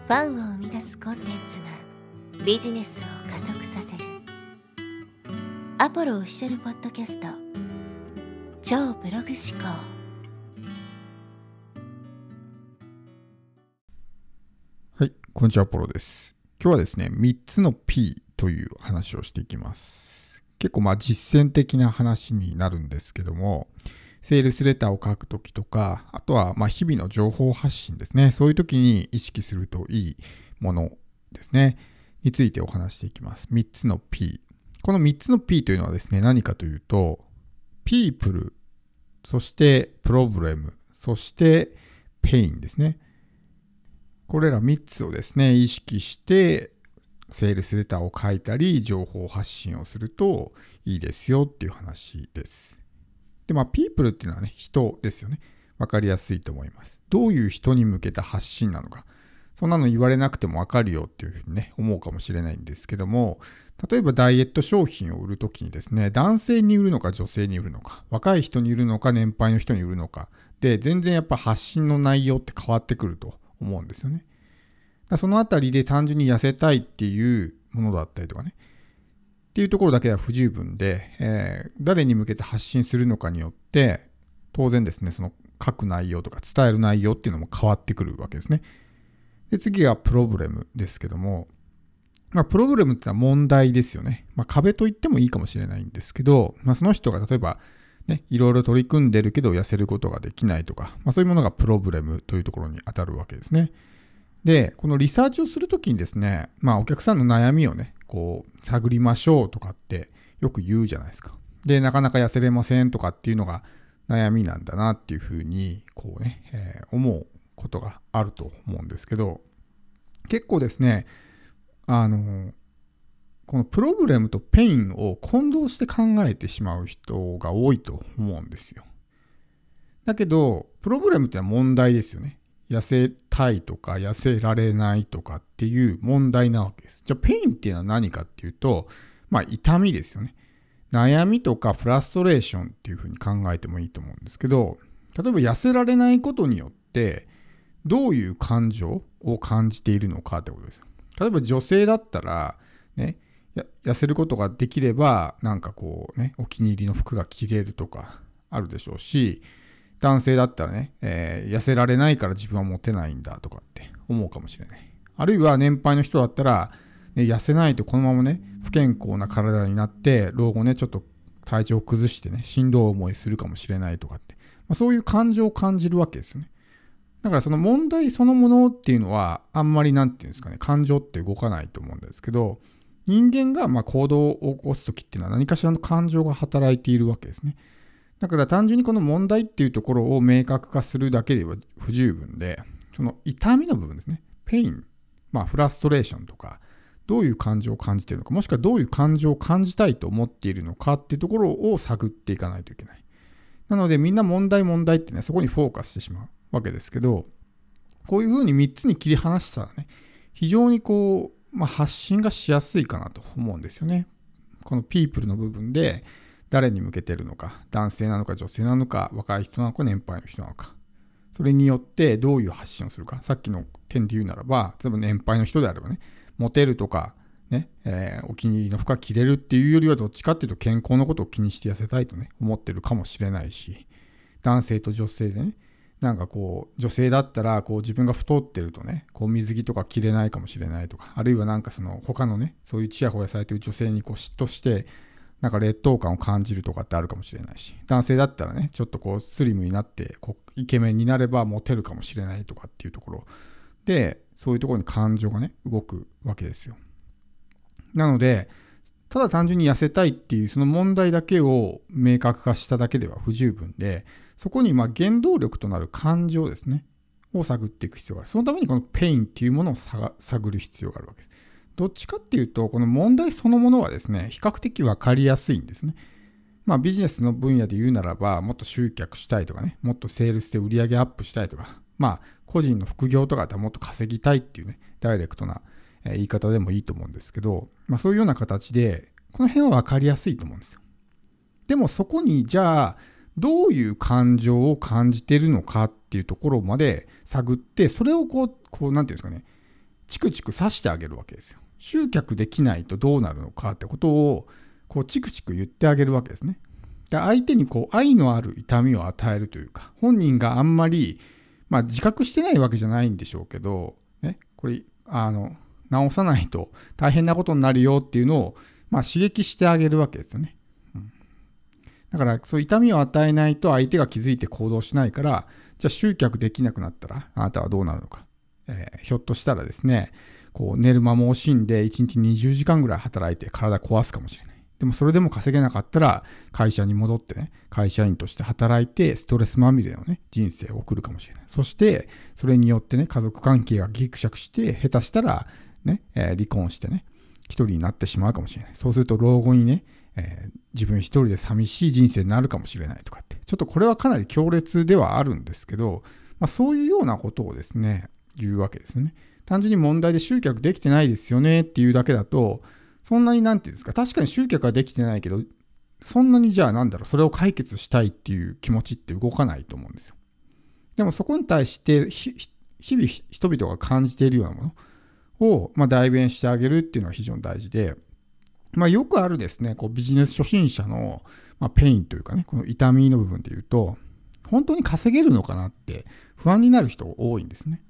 ファンを生み出すコンテンツがビジネスを加速させるアポロオフィシャルポッドキャスト超ブログ思考。 はい、こんにちは、アポロです。今日はですね、3つの P という話をしていきます。結構実践的な話になるんですけども、セールスレターを書くときとか、あとは日々の情報発信ですね。そういうときに意識するといいものですね。についてお話していきます。3つの P。この3つの P というのはですね、何かというと、People、そしてProblem、そしてPain ですね。これら3つをですね、意識して、セールスレターを書いたり、情報発信をするといいですよっていう話です。で、people っていうのはね、人ですよね。わかりやすいと思います。どういう人に向けた発信なのか。そんなの言われなくてもわかるよっていうふうにね、思うかもしれないんですけども、例えばダイエット商品を売るときにですね、男性に売るのか女性に売るのか、若い人に売るのか年配の人に売るのか、で、全然やっぱ発信の内容って変わってくると思うんですよね。そのあたりで単純に痩せたいっていうものだったりとかね、っていうところだけでは不十分で、誰に向けて発信するのかによって、当然ですね、その書く内容とか伝える内容っていうのも変わってくるわけですね。で、次がプロブレムですけども、プロブレムってのは問題ですよね。壁と言ってもいいかもしれないんですけど、その人が例えば、ね、いろいろ取り組んでるけど痩せることができないとか、そういうものがプロブレムというところに当たるわけですね。で、このリサーチをするときにですね、お客さんの悩みをね、探りましょうとかってよく言うじゃないですか。で、なかなか痩せれませんとかっていうのが悩みなんだなっていうふうに、思うことがあると思うんですけど、結構ですね、このプロブレムとペインを混同して考えてしまう人が多いと思うんですよ。だけど、プロブレムってのは問題ですよね。痩せたいとか痩せられないとかっていう問題なわけです。じゃあペインっていうのは何かっていうと、痛みですよね。悩みとかフラストレーションっていうふうに考えてもいいと思うんですけど、例えば痩せられないことによってどういう感情を感じているのかってことです。例えば女性だったらね、痩せることができればお気に入りの服が着れるとかあるでしょうし、男性だったらね、痩せられないから自分はモテないんだとかって思うかもしれない。あるいは年配の人だったら、痩せないとこのままね、不健康な体になって、老後ね、ちょっと体調を崩してね、しんどい思いするかもしれないとかって、そういう感情を感じるわけですよね。だからその問題そのものっていうのは、あんまり感情って動かないと思うんですけど、人間が行動を起こすときっていうのは何かしらの感情が働いているわけですね。だから単純にこの問題っていうところを明確化するだけでは不十分で、その痛みの部分ですね。ペイン、フラストレーションとか、どういう感情を感じているのか、もしくはどういう感情を感じたいと思っているのかっていうところを探っていかないといけない。なのでみんな問題ってね、そこにフォーカスしてしまうわけですけど、こういうふうに3つに切り離したらね、非常に発信がしやすいかなと思うんですよね。このピープルの部分で、誰に向けてるのか、男性なのか女性なのか、若い人なのか年配の人なのか、それによってどういう発信をするか。さっきの点で言うならば、例えば年配の人であればね、モテるとかね、お気に入りの服が着れるっていうよりはどっちかっていうと健康のことを気にして痩せたいとね思ってるかもしれないし、男性と女性でね、女性だったら自分が太ってるとね、水着とか着れないかもしれないとか、あるいは他のね、そういうチヤホヤされてる女性に嫉妬して劣等感を感じるとかってあるかもしれないし、男性だったらね、ちょっとスリムになってイケメンになればモテるかもしれないとかっていうところで、そういうところに感情がね動くわけですよ。なので、ただ単純に痩せたいっていうその問題だけを明確化しただけでは不十分で、そこに原動力となる感情ですねを探っていく必要がある。そのためにこのペインっていうものを探る必要があるわけです。どっちかっていうと、この問題そのものはですね、比較的分かりやすいんですね。ビジネスの分野で言うならば、もっと集客したいとかね、もっとセールスで売り上げアップしたいとか、個人の副業とかだったらもっと稼ぎたいっていうね、ダイレクトな言い方でもいいと思うんですけど、そういうような形で、この辺は分かりやすいと思うんですよ。でもそこに、じゃあ、どういう感情を感じているのかっていうところまで探って、それをなんていうんですかね、 チクチク刺してあげるわけですよ。集客できないとどうなるのかってことをこうチクチク言ってあげるわけですね。で相手にこう愛のある痛みを与えるというか、本人があんまり、自覚してないわけじゃないんでしょうけど、ね、これ直さないと大変なことになるよっていうのを、刺激してあげるわけですよね。だからそういう痛みを与えないと相手が気づいて行動しないから、じゃあ集客できなくなったらあなたはどうなるのか。ひょっとしたらですね、こう寝る間も惜しんで1日20時間ぐらい働いて体壊すかもしれない。でもそれでも稼げなかったら会社に戻ってね、会社員として働いてストレスまみれのね、人生を送るかもしれない。そしてそれによってね、家族関係がギクシャクして、下手したらね、離婚してね、一人になってしまうかもしれない。そうすると老後にね、自分一人で寂しい人生になるかもしれないとかって、ちょっとこれはかなり強烈ではあるんですけど、そういうようなことをですね、言うわけですよね。単純に問題で集客できてないですよねっていうだけだと、そんなになんていうんですか、確かに集客はできてないけど、そんなにじゃあそれを解決したいっていう気持ちって動かないと思うんですよ。でもそこに対して日々人々が感じているようなものを、代弁してあげるっていうのは非常に大事で、よくあるですね、こうビジネス初心者の、ペインというかね、この痛みの部分で言うと、本当に稼げるのかなって不安になる人多いんですね。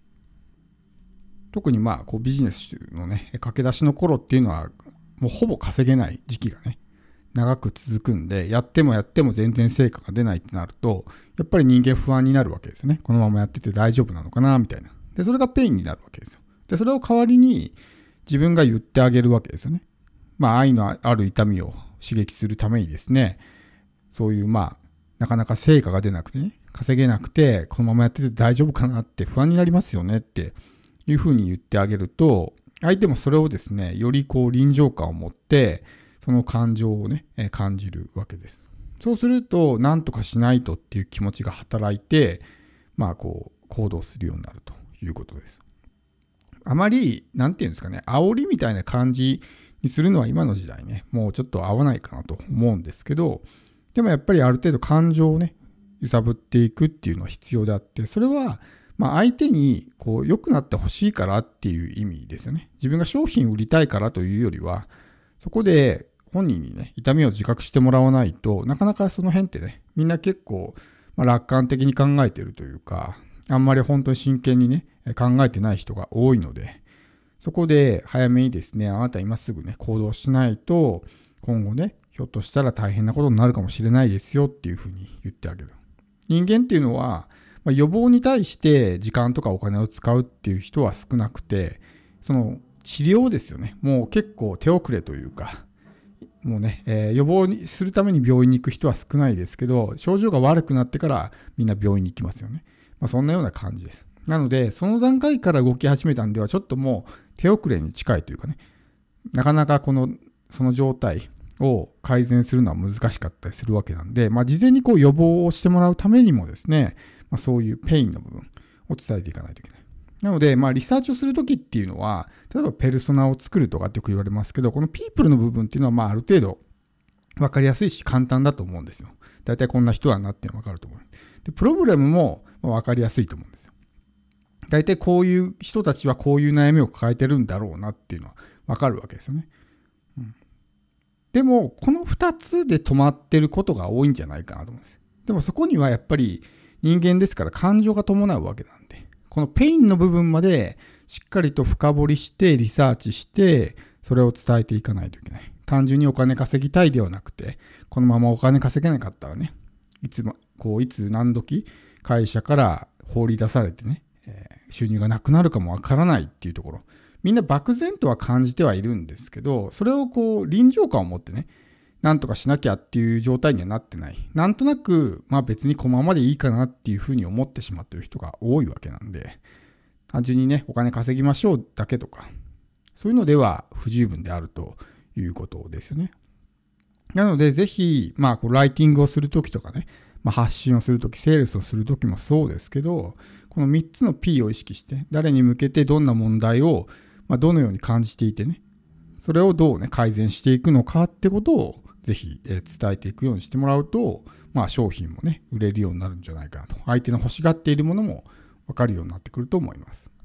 特にこうビジネスのね、駆け出しの頃っていうのは、もうほぼ稼げない時期がね、長く続くんで、やっても全然成果が出ないってなると、やっぱり人間不安になるわけですよね。このままやってて大丈夫なのかなみたいな。で、それがペインになるわけですよ。で、それを代わりに自分が言ってあげるわけですよね。愛のある痛みを刺激するためにですね、そういうなかなか成果が出なくてね、稼げなくて、このままやってて大丈夫かなって不安になりますよねっていうふうに言ってあげると、相手もそれをですね、よりこう臨場感を持って、その感情をね、感じるわけです。そうすると、なんとかしないとっていう気持ちが働いて、こう行動するようになるということです。あまり、なんていうんですかね、煽りみたいな感じにするのは今の時代ね、もうちょっと合わないかなと思うんですけど、でもやっぱりある程度感情をね、揺さぶっていくっていうのは必要であって、それは相手にこう良くなってほしいからっていう意味ですよね。自分が商品を売りたいからというよりは、そこで本人にね、痛みを自覚してもらわないとなかなかその辺ってね、みんな結構楽観的に考えているというか、あんまり本当に真剣にね、考えてない人が多いので、そこで早めにですね、あなた今すぐね、行動しないと、今後ね、ひょっとしたら大変なことになるかもしれないですよっていうふうに言ってあげる。人間っていうのは、予防に対して時間とかお金を使うっていう人は少なくて、その治療ですよね。もう結構手遅れというか、もうね、予防にするために病院に行く人は少ないですけど、症状が悪くなってからみんな病院に行きますよね。そんなような感じです。なので、その段階から動き始めたんでは、ちょっともう手遅れに近いというかね、なかなかその状態を改善するのは難しかったりするわけなんで、事前にこう予防をしてもらうためにもですね、そういうペインの部分を伝えていかないといけない。なので、リサーチをするときっていうのは、例えばペルソナを作るとかってよく言われますけど、このピープルの部分っていうのは、ある程度分かりやすいし簡単だと思うんですよ。だいたいこんな人だなっていうのが分かると思う。で、プログラムも分かりやすいと思うんですよ。だいたいこういう人たちはこういう悩みを抱えてるんだろうなっていうのは分かるわけですよね。でも、この2つで止まってることが多いんじゃないかなと思うんです。でもそこにはやっぱり人間ですから感情が伴うわけなんで、このペインの部分までしっかりと深掘りしてリサーチしてそれを伝えていかないといけない。単純にお金稼ぎたいではなくて、このままお金稼げなかったらね、いつ何時会社から放り出されてね、収入がなくなるかもわからないっていうところ、みんな漠然とは感じてはいるんですけど、それを臨場感を持ってね、なんとかしなきゃっていう状態にはなってない。なんとなく、別にこのままでいいかなっていうふうに思ってしまってる人が多いわけなんで、単純にね、お金稼ぎましょうだけとか、そういうのでは不十分であるということですよね。なので、ぜひ、ライティングをするときとかね、発信をするとき、セールスをするときもそうですけど、この3つの P を意識して、誰に向けてどんな問題を、どのように感じていてね、それをどうね、改善していくのかってことを、ぜひ伝えていくようにしてもらうと、商品もね、売れるようになるんじゃないかなと。相手の欲しがっているものも分かるようになってくると思います。